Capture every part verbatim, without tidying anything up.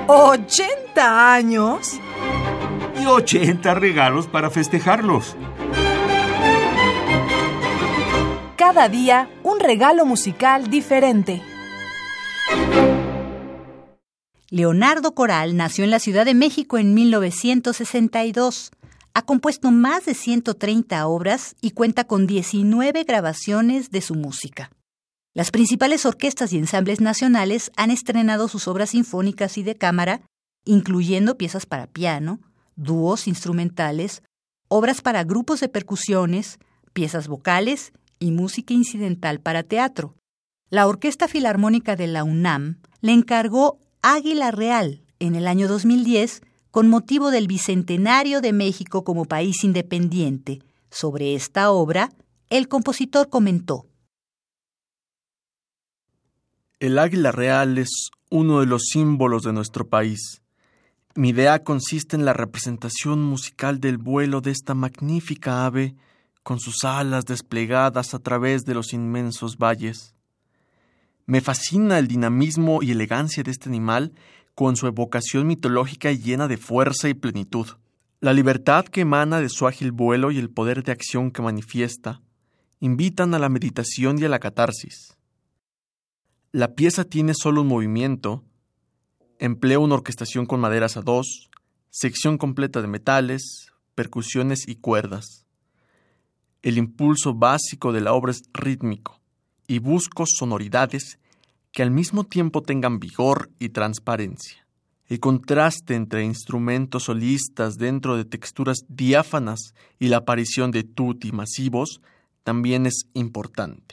¿ochenta años? Y ochenta regalos para festejarlos. Cada día un regalo musical diferente. Leonardo Coral nació en la Ciudad de México en mil novecientos sesenta y dos. Ha compuesto más de ciento treinta obras y cuenta con diecinueve grabaciones de su música. Las principales orquestas y ensambles nacionales han estrenado sus obras sinfónicas y de cámara, incluyendo piezas para piano, dúos instrumentales, obras para grupos de percusiones, piezas vocales y música incidental para teatro. La Orquesta Filarmónica de la UNAM le encargó Águila Real en el año dos mil diez con motivo del Bicentenario de México como país independiente. Sobre esta obra, el compositor comentó: El águila real es uno de los símbolos de nuestro país. Mi idea consiste en la representación musical del vuelo de esta magnífica ave con sus alas desplegadas a través de los inmensos valles. Me fascina el dinamismo y elegancia de este animal con su evocación mitológica llena de fuerza y plenitud. La libertad que emana de su ágil vuelo y el poder de acción que manifiesta invitan a la meditación y a la catarsis. La pieza tiene solo un movimiento, emplea una orquestación con maderas a dos, sección completa de metales, percusiones y cuerdas. El impulso básico de la obra es rítmico y busco sonoridades que al mismo tiempo tengan vigor y transparencia. El contraste entre instrumentos solistas dentro de texturas diáfanas y la aparición de tutti masivos también es importante.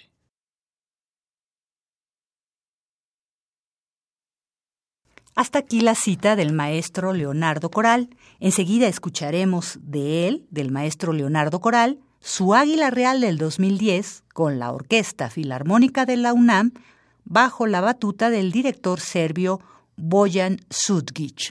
Hasta aquí la cita del maestro Leonardo Coral. Enseguida escucharemos de él, del maestro Leonardo Coral, su Águila Real del dos mil diez con la Orquesta Filarmónica de la UNAM bajo la batuta del director serbio Bojan Sudgic.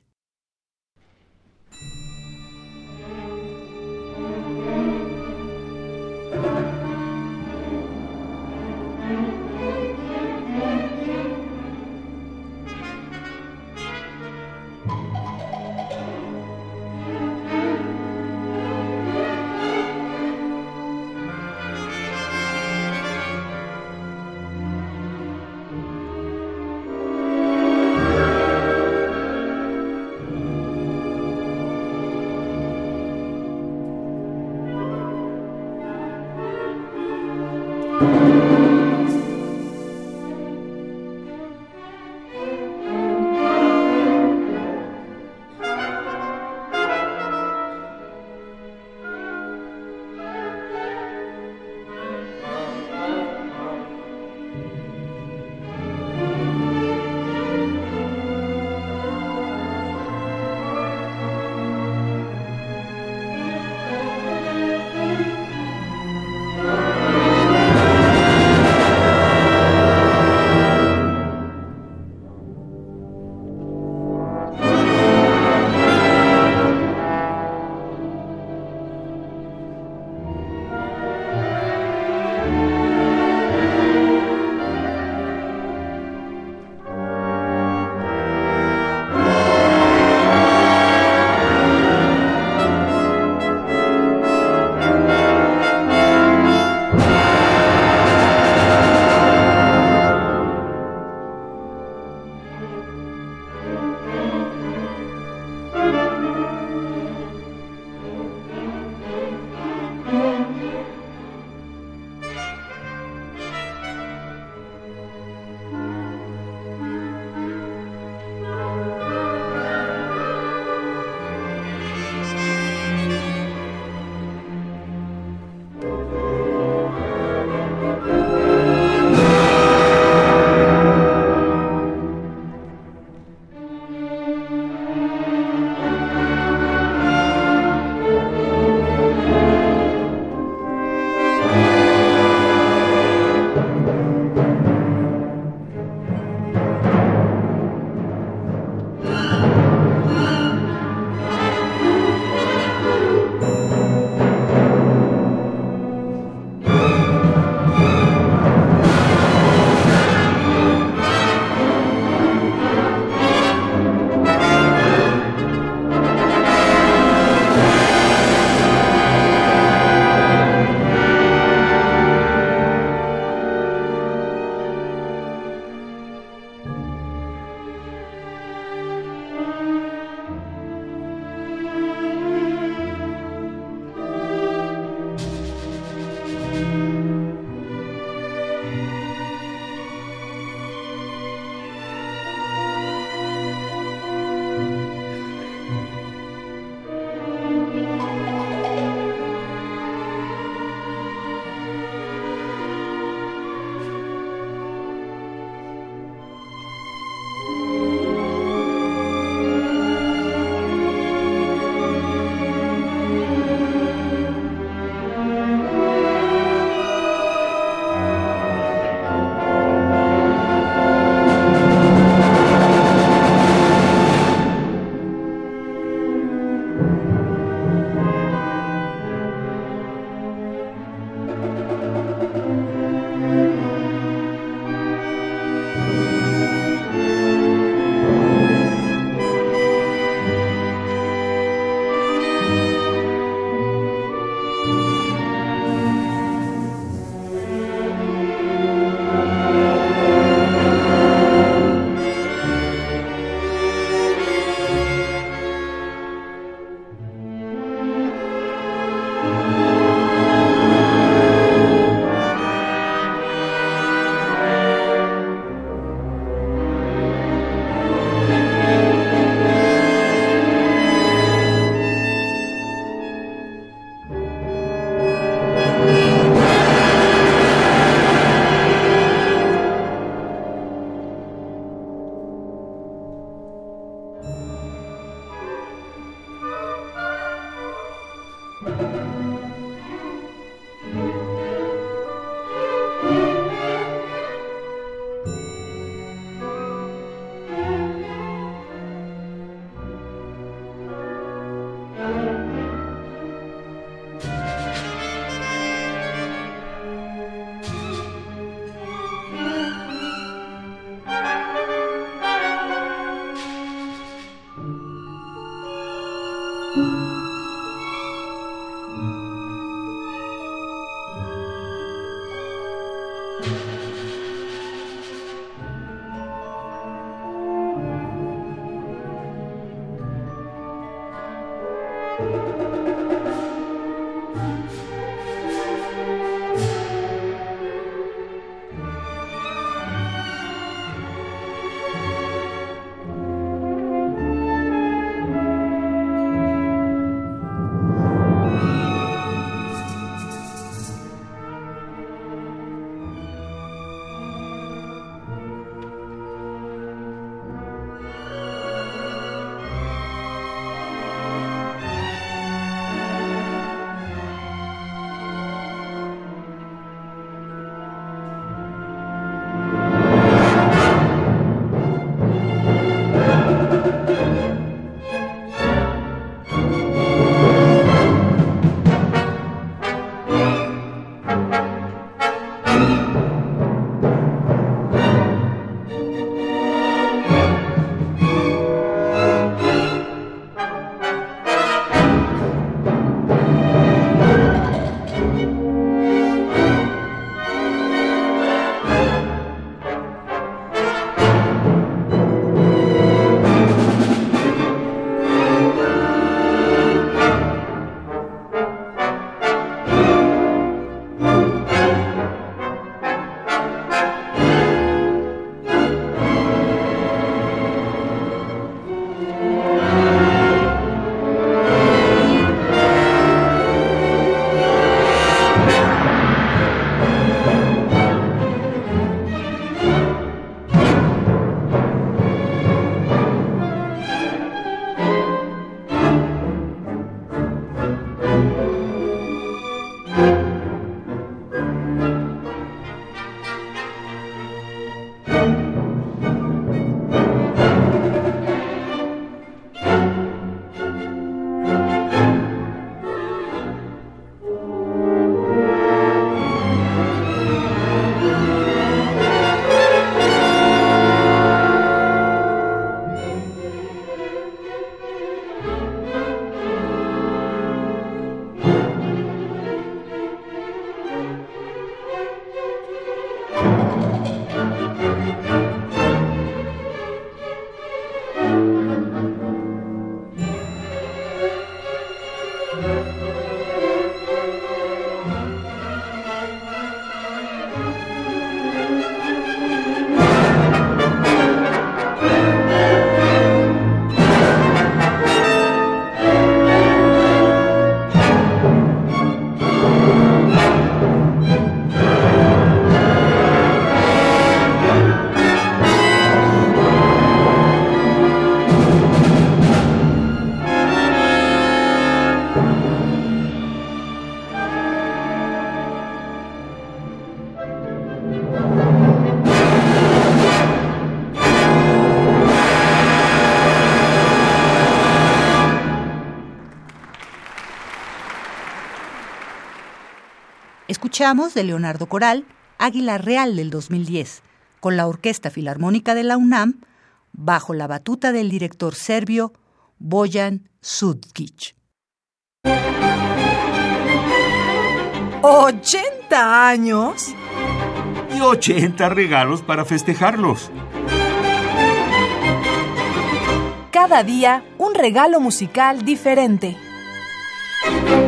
Escuchamos de Leonardo Coral, Águila Real del dos mil diez, con la Orquesta Filarmónica de la UNAM, bajo la batuta del director serbio Bojan Sudkić. ¿ochenta años? Y ochenta regalos para festejarlos. Cada día un regalo musical diferente.